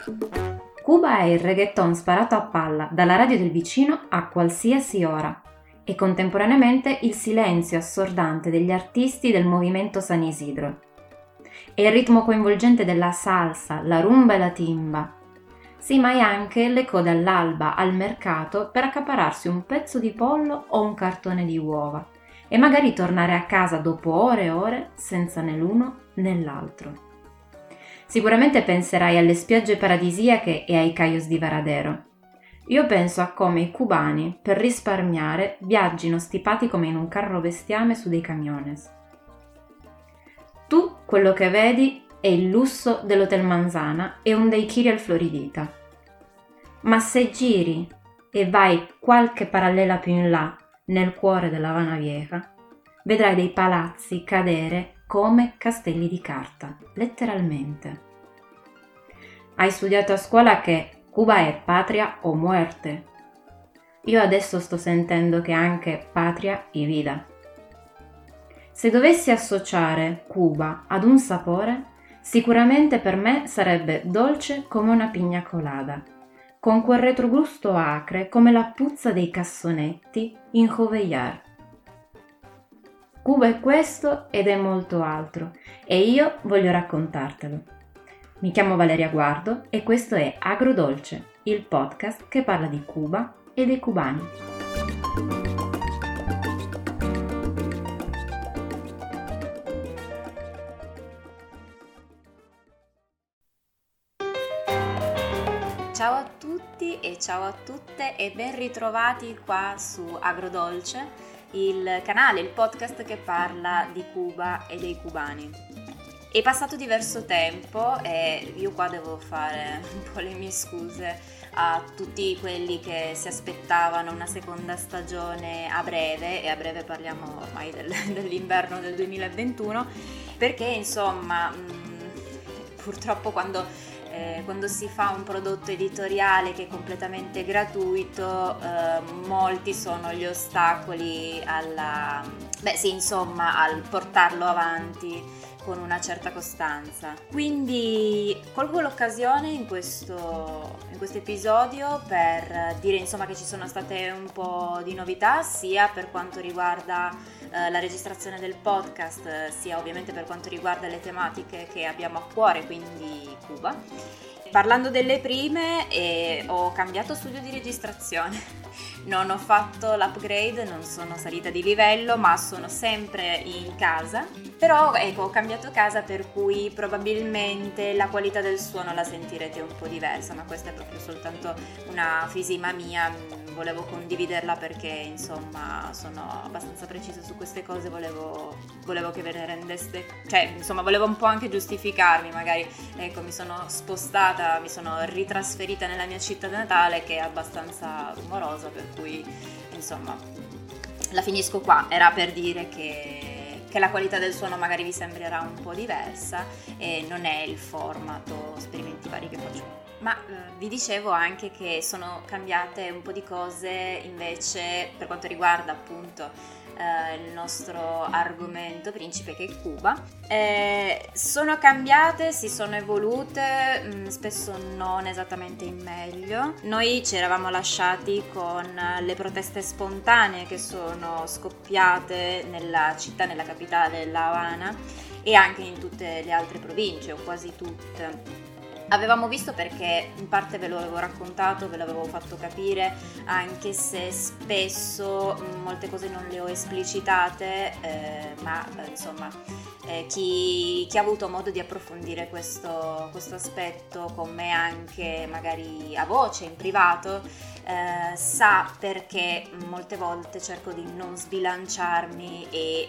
Cuba è il reggaeton sparato a palla dalla radio del vicino a qualsiasi ora e contemporaneamente il silenzio assordante degli artisti del movimento San Isidro. È il ritmo coinvolgente della salsa, la rumba e la timba. Sì, ma è anche le code all'alba al mercato per accaparrarsi un pezzo di pollo o un cartone di uova e magari tornare a casa dopo ore e ore senza né l'uno né l'altro. Sicuramente penserai alle spiagge paradisiache e ai cayos di Varadero. Io penso a come i cubani, per risparmiare, viaggino stipati come in un carro bestiame su dei camiones. Tu quello che vedi è il lusso dell'Hotel Manzana e un daiquiri al Floridita. Ma se giri e vai qualche parallela più in là, nel cuore della Habana Vieja, vedrai dei palazzi cadere come castelli di carta, letteralmente. Hai studiato a scuola che Cuba è patria o muerte. Io adesso sto sentendo che è anche patria y vida. Se dovessi associare Cuba ad un sapore, sicuramente per me sarebbe dolce come una pigna colada, con quel retrogusto acre come la puzza dei cassonetti in Jovellar. Cuba è questo ed è molto altro e io voglio raccontartelo. Mi chiamo Valeria Guardo e questo è Agrodolce, il podcast che parla di Cuba e dei cubani. Ciao a tutti e ciao a tutte e ben ritrovati qua su Agrodolce, il canale, il podcast che parla di Cuba e dei cubani. È passato diverso tempo e io qua devo fare un po' le mie scuse a tutti quelli che si aspettavano una seconda stagione a breve, e a breve parliamo ormai dell'inverno del 2021, perché insomma purtroppo quando si fa un prodotto editoriale che è completamente gratuito, molti sono gli ostacoli al portarlo avanti con una certa costanza. Quindi colgo l'occasione in questo episodio per dire insomma che ci sono state un po' di novità, sia per quanto riguarda la registrazione del podcast, sia ovviamente per quanto riguarda le tematiche che abbiamo a cuore, quindi Cuba. Parlando delle prime, ho cambiato studio di registrazione. Non ho fatto l'upgrade, non sono salita di livello, ma sono sempre in casa. Però ecco, ho cambiato casa, per cui probabilmente la qualità del suono la sentirete un po' diversa, ma questa è proprio soltanto una fisima mia. Volevo condividerla perché insomma sono abbastanza precisa su queste cose, volevo che ve ne rendeste, volevo un po' anche giustificarmi, magari ecco, mi sono spostata, mi sono ritrasferita nella mia città natale che è abbastanza rumorosa, per cui insomma la finisco qua. Era per dire che la qualità del suono magari vi sembrerà un po' diversa e non è il formato sperimenti vari che faccio. Ma vi dicevo anche che sono cambiate un po' di cose invece per quanto riguarda appunto il nostro argomento principe, che è Cuba. Sono cambiate, si sono evolute, spesso non esattamente in meglio. Noi ci eravamo lasciati con le proteste spontanee che sono scoppiate nella città, nella capitale, La Habana, e anche in tutte le altre province, o quasi tutte. Avevamo visto, perché in parte ve lo avevo raccontato, ve l'avevo fatto capire, anche se spesso molte cose non le ho esplicitate, ma insomma chi ha avuto modo di approfondire questo aspetto con me anche magari a voce, in privato, sa perché molte volte cerco di non sbilanciarmi e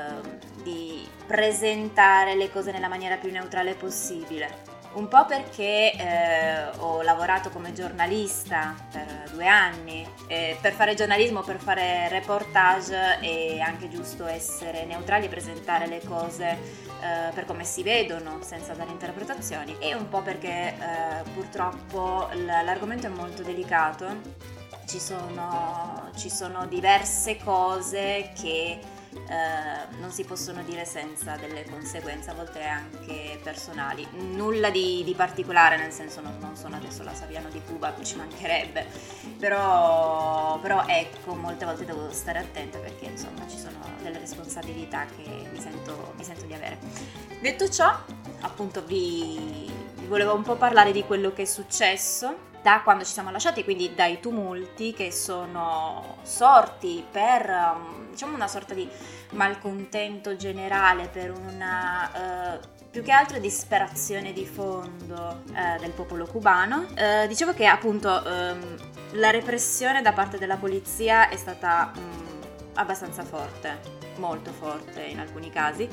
di presentare le cose nella maniera più neutrale possibile. Un po' perché ho lavorato come giornalista per 2 anni, per fare giornalismo, per fare reportage, è anche giusto essere neutrali e presentare le cose per come si vedono, senza dare interpretazioni, e un po' perché purtroppo l'argomento è molto delicato, ci sono diverse cose che non si possono dire senza delle conseguenze, a volte anche personali. Nulla di particolare, nel senso non sono adesso la Saviano di Cuba, ci mancherebbe, però ecco, molte volte devo stare attenta perché insomma ci sono delle responsabilità che mi sento di avere. Detto ciò, appunto vi volevo un po' parlare di quello che è successo da quando ci siamo lasciati, quindi dai tumulti che sono sorti per diciamo una sorta di malcontento generale, per una più che altro disperazione di fondo del popolo cubano. Dicevo che appunto la repressione da parte della polizia è stata abbastanza forte, molto forte in alcuni casi.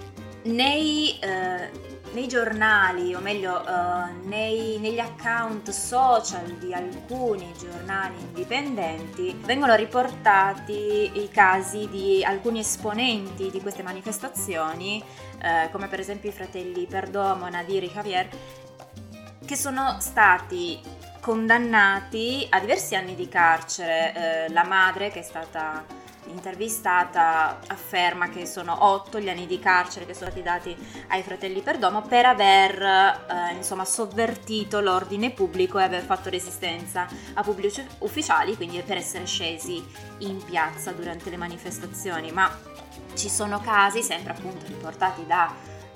Nei giornali, o meglio negli account social di alcuni giornali indipendenti vengono riportati i casi di alcuni esponenti di queste manifestazioni, come per esempio i fratelli Perdomo, Nadir e Javier, che sono stati condannati a diversi anni di carcere. La madre, che è stata intervistata, afferma che sono 8 gli anni di carcere che sono stati dati ai fratelli Perdomo per aver sovvertito l'ordine pubblico e aver fatto resistenza a pubblici ufficiali, quindi per essere scesi in piazza durante le manifestazioni. Ma ci sono casi, sempre appunto riportati da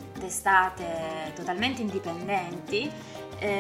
testate totalmente indipendenti,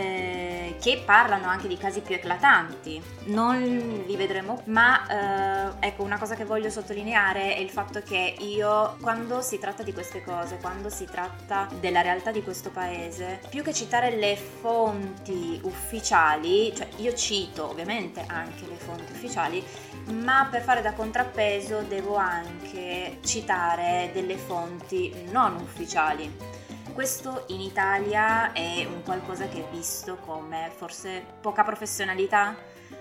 che parlano anche di casi più eclatanti. Non li vedremo, ma ecco, una cosa che voglio sottolineare è il fatto che io, quando si tratta di queste cose, quando si tratta della realtà di questo paese, più che citare le fonti ufficiali, cioè io cito ovviamente anche le fonti ufficiali, ma per fare da contrappeso devo anche citare delle fonti non ufficiali. Questo in Italia è un qualcosa che è visto come forse poca professionalità.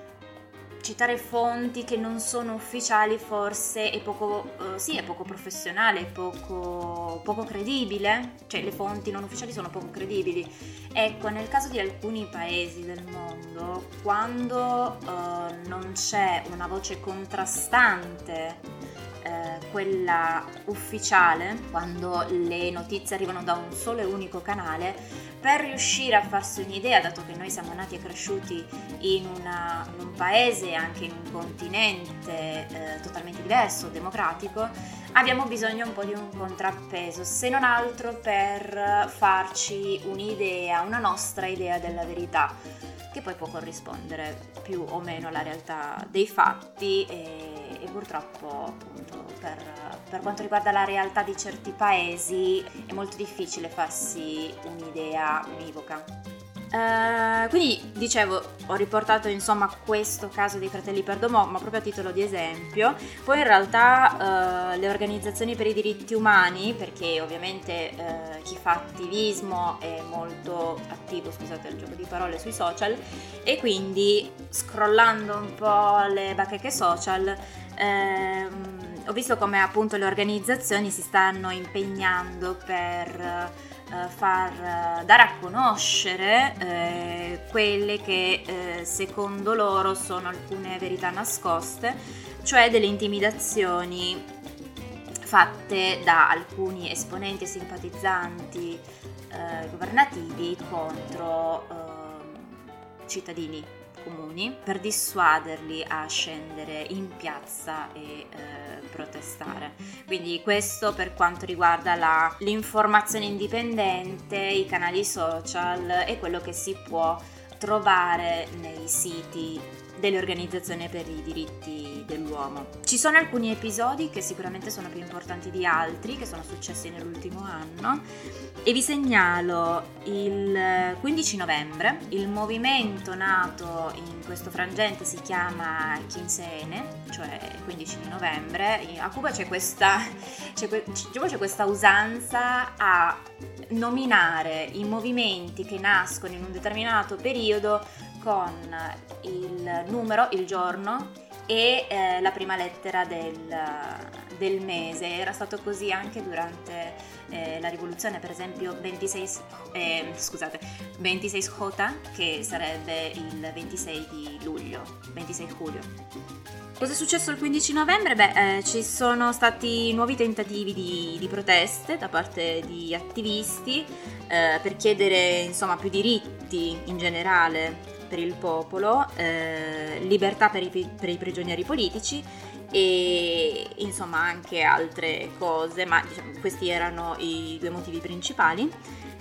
Citare fonti che non sono ufficiali forse è poco professionale, poco credibile. Cioè le fonti non ufficiali sono poco credibili. Ecco, nel caso di alcuni paesi del mondo, quando non c'è una voce contrastante, quella ufficiale, quando le notizie arrivano da un solo e unico canale, per riuscire a farsi un'idea, dato che noi siamo nati e cresciuti in un paese, anche in un continente totalmente diverso, democratico, abbiamo bisogno un po' di un contrappeso, se non altro per farci un'idea, una nostra idea della verità, che poi può corrispondere più o meno alla realtà dei fatti e purtroppo appunto per quanto riguarda la realtà di certi paesi è molto difficile farsi un'idea univoca. Quindi dicevo, ho riportato insomma questo caso dei fratelli Perdomo, ma proprio a titolo di esempio. Poi in realtà le organizzazioni per i diritti umani, perché ovviamente chi fa attivismo è molto attivo, scusate il gioco di parole, sui social, e quindi scrollando un po' le bacheche social ho visto come appunto le organizzazioni si stanno impegnando per far dare a conoscere quelle che secondo loro sono alcune verità nascoste, cioè delle intimidazioni fatte da alcuni esponenti e simpatizzanti governativi contro cittadini comuni, per dissuaderli a scendere in piazza e protestare. Quindi questo per quanto riguarda l'informazione indipendente, i canali social e quello che si può trovare nei siti delle organizzazioni per i diritti dell'uomo. Ci sono alcuni episodi che sicuramente sono più importanti di altri, che sono successi nell'ultimo anno, e vi segnalo il 15 novembre, il movimento nato in questo frangente si chiama Quincene, cioè 15 di novembre. A Cuba c'è questa usanza a nominare i movimenti che nascono in un determinato periodo con il numero, il giorno e la prima lettera del mese. Era stato così anche durante la rivoluzione, per esempio 26J, che sarebbe il 26 di luglio, 26 luglio. Cosa è successo il 15 novembre? Ci sono stati nuovi tentativi di proteste da parte di attivisti per chiedere insomma più diritti in generale per il popolo, libertà per i prigionieri politici e insomma anche altre cose, ma diciamo, questi erano i due motivi principali.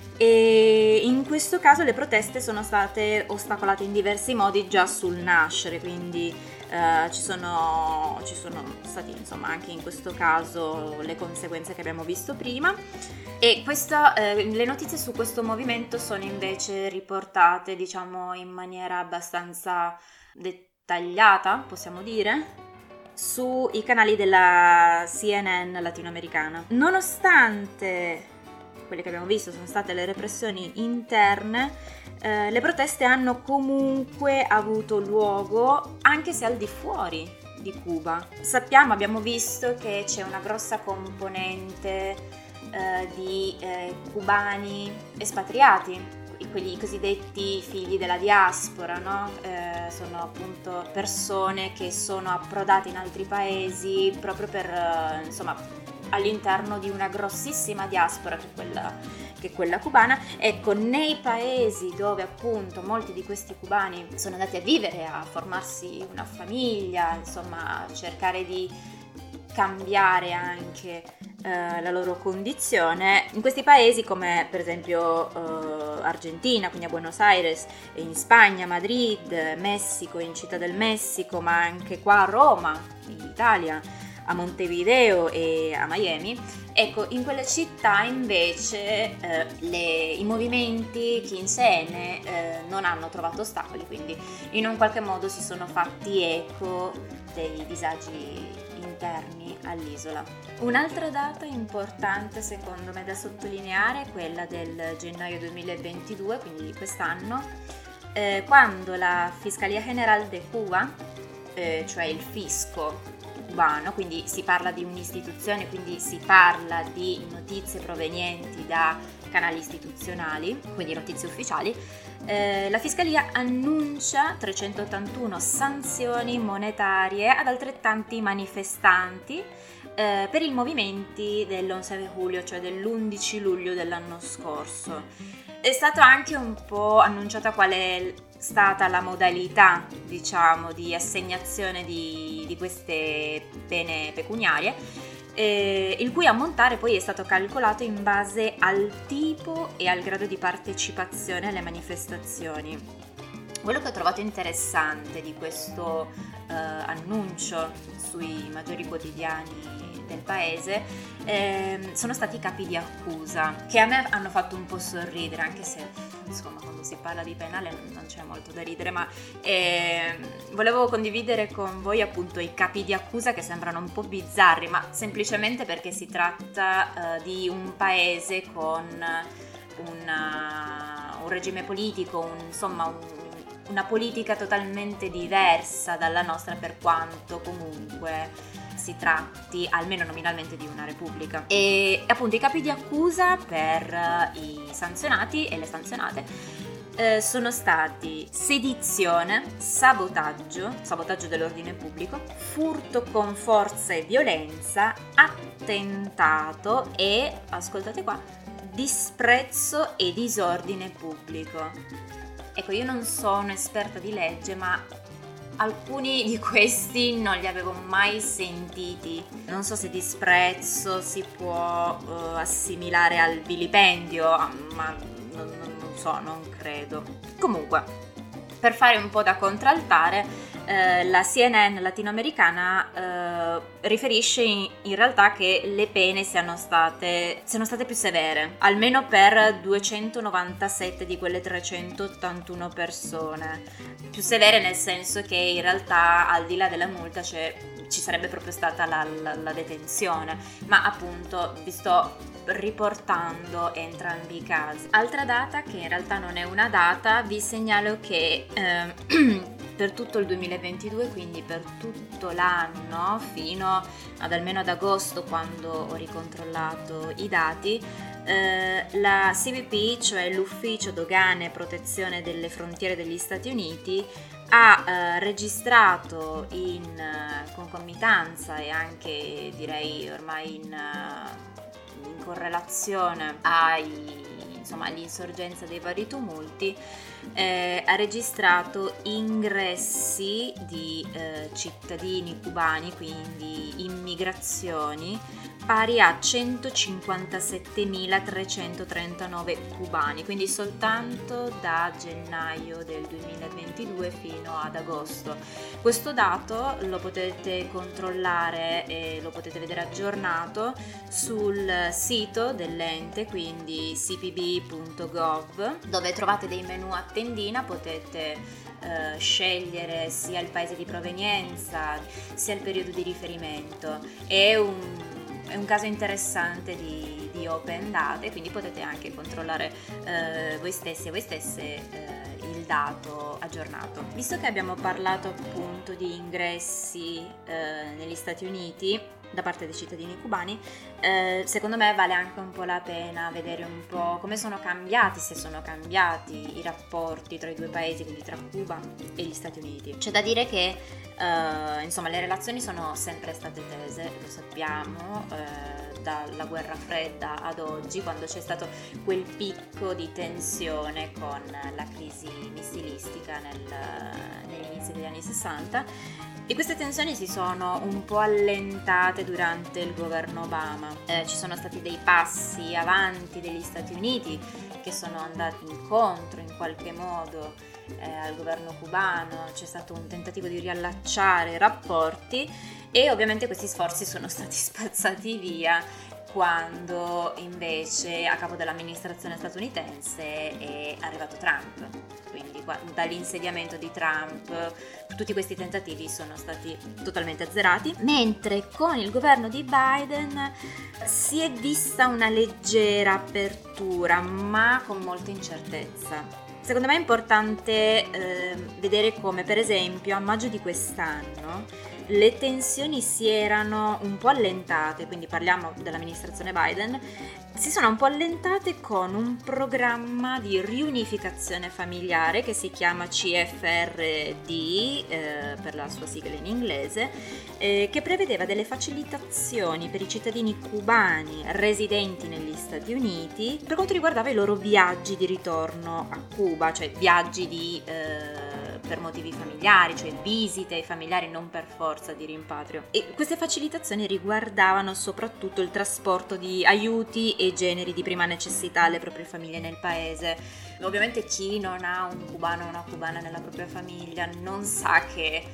E in questo caso le proteste sono state ostacolate in diversi modi già sul nascere, quindi ci sono stati insomma anche in questo caso le conseguenze che abbiamo visto prima. E le notizie su questo movimento sono invece riportate diciamo in maniera abbastanza dettagliata, possiamo dire, sui canali della CNN latinoamericana. Nonostante quelle che abbiamo visto sono state le repressioni interne, le proteste hanno comunque avuto luogo anche se al di fuori di Cuba. Abbiamo visto che c'è una grossa componente di cubani espatriati, quelli cosiddetti figli della diaspora, no? Sono appunto persone che sono approdate in altri paesi proprio per insomma all'interno di una grossissima diaspora che è quella cubana. Ecco, nei paesi dove appunto molti di questi cubani sono andati a vivere, a formarsi una famiglia, insomma a cercare di cambiare anche la loro condizione, in questi paesi come per esempio Argentina, quindi a Buenos Aires, in Spagna, Madrid, Messico, in Città del Messico, ma anche qua a Roma, in Italia, a Montevideo e a Miami. Ecco, in quelle città invece i movimenti chi in sé non hanno trovato ostacoli, quindi in un qualche modo si sono fatti eco dei disagi interni all'isola. Un'altra data importante secondo me da sottolineare è quella del gennaio 2022, quindi di quest'anno, quando la Fiscalía General de Cuba, cioè il fisco cubano, quindi si parla di un'istituzione, quindi si parla di notizie provenienti da canali istituzionali, quindi notizie ufficiali, la Fiscalia annuncia 381 sanzioni monetarie ad altrettanti manifestanti per i movimenti dell'11 de julio, cioè dell'11 luglio dell'anno scorso. È stato anche un po' annunciata qual è stata la modalità, diciamo, di assegnazione di queste pene pecuniarie, il cui ammontare poi è stato calcolato in base al tipo e al grado di partecipazione alle manifestazioni. Quello che ho trovato interessante di questo annuncio sui maggiori quotidiani del paese sono stati i capi di accusa, che a me hanno fatto un po' sorridere, anche se insomma quando si parla di penale non c'è molto da ridere, ma volevo condividere con voi appunto i capi di accusa, che sembrano un po' bizzarri, ma semplicemente perché si tratta di un paese con un regime politico, una politica totalmente diversa dalla nostra, per quanto comunque si tratti almeno nominalmente di una repubblica. E appunto i capi di accusa per i sanzionati e le sanzionate sono stati sedizione, sabotaggio dell'ordine pubblico, furto con forza e violenza, attentato e, ascoltate qua, disprezzo e disordine pubblico. Ecco, io non sono esperta di legge, ma alcuni di questi non li avevo mai sentiti. Non so se disprezzo si può assimilare al vilipendio, ma non so, non credo. Comunque, per fare un po' da contraltare, la CNN latinoamericana riferisce in realtà che le pene siano state più severe, almeno per 297 di quelle 381 persone. Più severe nel senso che in realtà al di là della multa ci sarebbe proprio stata la detenzione, ma appunto vi sto riportando entrambi i casi. Altra data, che in realtà non è una data, vi segnalo che per tutto il 2022, quindi per tutto l'anno fino almeno ad agosto, quando ho ricontrollato i dati, la CBP, cioè l'Ufficio Dogane e Protezione delle Frontiere degli Stati Uniti, ha registrato in concomitanza e anche direi ormai in correlazione all'insorgenza dei vari tumulti, ha registrato ingressi di cittadini cubani, quindi immigrazioni, pari a 157.339 cubani, quindi soltanto da gennaio del 2022 fino ad agosto. Questo dato lo potete controllare e lo potete vedere aggiornato sul sito dell'ente, quindi cpb.gov, dove trovate dei menu a tendina, potete scegliere sia il paese di provenienza sia il periodo di riferimento. È un caso interessante di open data, quindi potete anche controllare voi stessi e voi stesse il dato aggiornato. Visto che abbiamo parlato appunto di ingressi negli Stati Uniti da parte dei cittadini cubani, secondo me vale anche un po' la pena vedere un po' come sono cambiati, se sono cambiati i rapporti tra i due paesi, quindi tra Cuba e gli Stati Uniti. C'è da dire che le relazioni sono sempre state tese, lo sappiamo, dalla guerra fredda ad oggi, quando c'è stato quel picco di tensione con la crisi missilistica negli inizi degli anni 60. E queste tensioni si sono un po' allentate durante il governo Obama. Ci sono stati dei passi avanti degli Stati Uniti che sono andati incontro in qualche modo al governo cubano, c'è stato un tentativo di riallacciare i rapporti e ovviamente questi sforzi sono stati spazzati via quando invece a capo dell'amministrazione statunitense è arrivato Trump. Quindi dall'insediamento di Trump tutti questi tentativi sono stati totalmente azzerati, mentre con il governo di Biden si è vista una leggera apertura, ma con molta incertezza. Secondo me è importante vedere come, per esempio, a maggio di quest'anno le tensioni si erano un po' allentate, quindi parliamo dell'amministrazione Biden, si sono un po' allentate con un programma di riunificazione familiare che si chiama CFRD, per la sua sigla in inglese, che prevedeva delle facilitazioni per i cittadini cubani residenti negli Stati Uniti per quanto riguardava i loro viaggi di ritorno a Cuba, cioè viaggi per motivi familiari, cioè visite ai familiari, non per forza di rimpatrio. E queste facilitazioni riguardavano soprattutto il trasporto di aiuti e generi di prima necessità alle proprie famiglie nel paese. Ovviamente chi non ha un cubano o una cubana nella propria famiglia non sa che,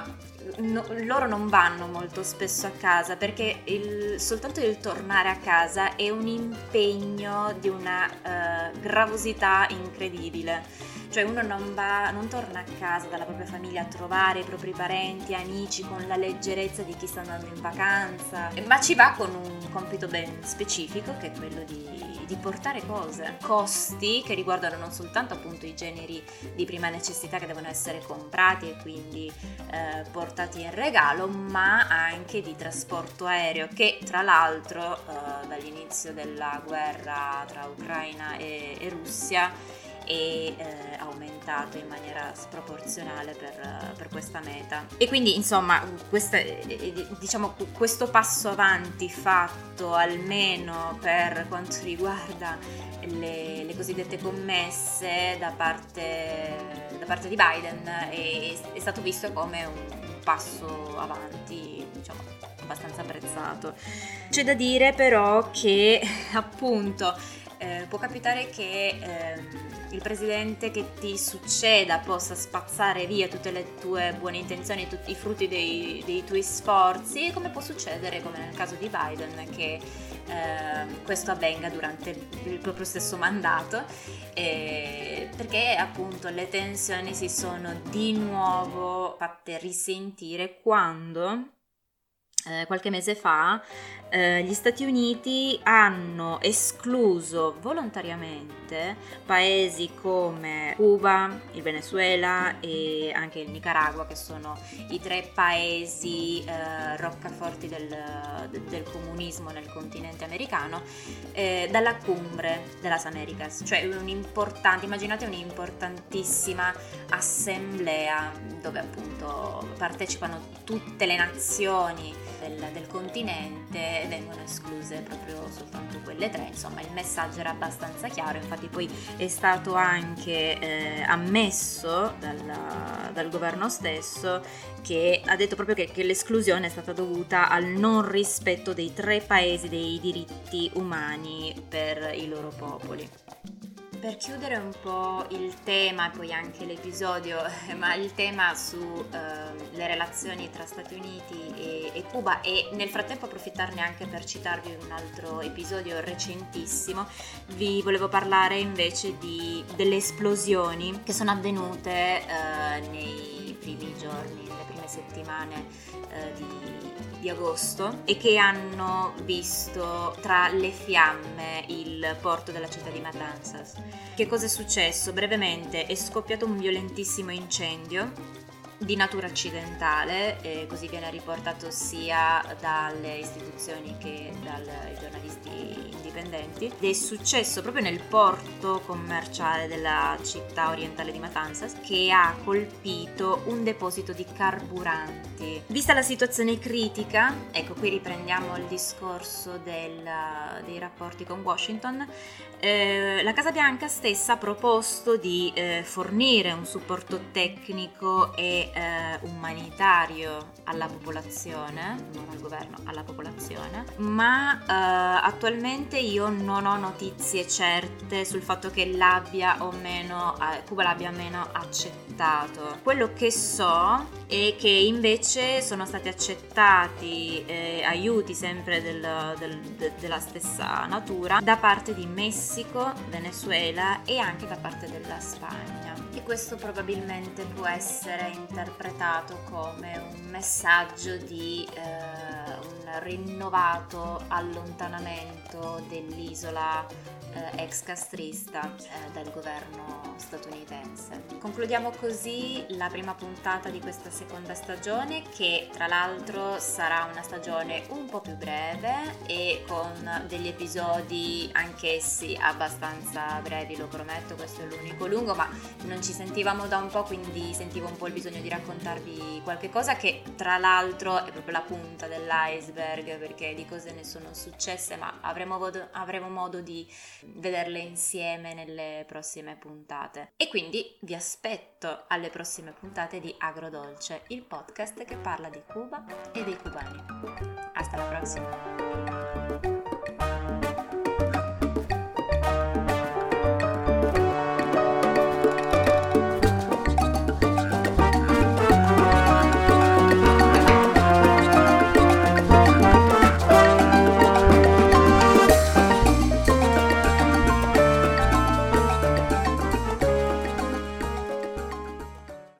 loro non vanno molto spesso a casa, perché soltanto il tornare a casa è un impegno di una gravosità incredibile. Cioè uno non torna a casa dalla propria famiglia a trovare i propri parenti, amici con la leggerezza di chi sta andando in vacanza, ma ci va con un compito ben specifico, che è quello di portare cose, costi che riguardano non soltanto appunto i generi di prima necessità che devono essere comprati e quindi portati in regalo, ma anche di trasporto aereo, che tra l'altro dall'inizio della guerra tra Ucraina e Russia è aumentato in maniera sproporzionale per questa meta. E quindi questo passo avanti fatto almeno per quanto riguarda le cosiddette commesse da parte di Biden è stato visto come un passo avanti, abbastanza apprezzato. C'è da dire però che appunto può capitare che il presidente che ti succeda possa spazzare via tutte le tue buone intenzioni, tutti i frutti dei tuoi sforzi, come può succedere, come nel caso di Biden, che questo avvenga durante il proprio stesso mandato, perché appunto le tensioni si sono di nuovo fatte risentire quando qualche mese fa, gli Stati Uniti hanno escluso volontariamente paesi come Cuba, il Venezuela e anche il Nicaragua, che sono i 3 paesi roccaforti del comunismo nel continente americano, dalla Cumbre de las Americas, cioè immaginate un'importantissima assemblea dove appunto partecipano tutte le nazioni del continente, vengono escluse proprio soltanto quelle 3. Insomma, il messaggio era abbastanza chiaro, infatti poi è stato anche ammesso dal governo stesso, che ha detto proprio che l'esclusione è stata dovuta al non rispetto dei 3 paesi dei diritti umani per i loro popoli. Per chiudere un po' il tema e poi anche l'episodio, ma il tema su le relazioni tra Stati Uniti e Cuba, e nel frattempo approfittarne anche per citarvi un altro episodio recentissimo, vi volevo parlare invece delle esplosioni che sono avvenute nei primi giorni, nelle prime settimane di agosto, e che hanno visto tra le fiamme il porto della città di Matanzas. Che cosa è successo? Brevemente è scoppiato un violentissimo incendio di natura accidentale, e così viene riportato sia dalle istituzioni che dai giornalisti indipendenti, ed è successo proprio nel porto commerciale della città orientale di Matanzas, che ha colpito un deposito di carburanti. Vista la situazione critica, ecco, qui riprendiamo il discorso dei rapporti con Washington, la Casa Bianca stessa ha proposto di fornire un supporto tecnico e umanitario alla popolazione, non al governo, alla popolazione, ma attualmente io non ho notizie certe sul fatto che Cuba l'abbia o meno accettato. Quello che so è che invece sono stati accettati aiuti sempre della stessa natura da parte di Messico, Venezuela e anche da parte della Spagna. E questo probabilmente può essere interpretato come un messaggio di un rinnovato allontanamento dell'isola ex castrista dal governo statunitense. Concludiamo così la prima puntata di questa seconda stagione, che tra l'altro sarà una stagione un po' più breve e con degli episodi anch'essi abbastanza brevi, lo prometto. Questo è l'unico lungo, ma non ci sentivamo da un po', quindi sentivo un po' il bisogno di raccontarvi qualche cosa, che tra l'altro è proprio la punta dell'iceberg, perché di cose ne sono successe, ma avremo modo di vederle insieme nelle prossime puntate. E quindi vi aspetto alle prossime puntate di Agrodolce, il podcast che parla di Cuba e dei cubani. Hasta la prossima!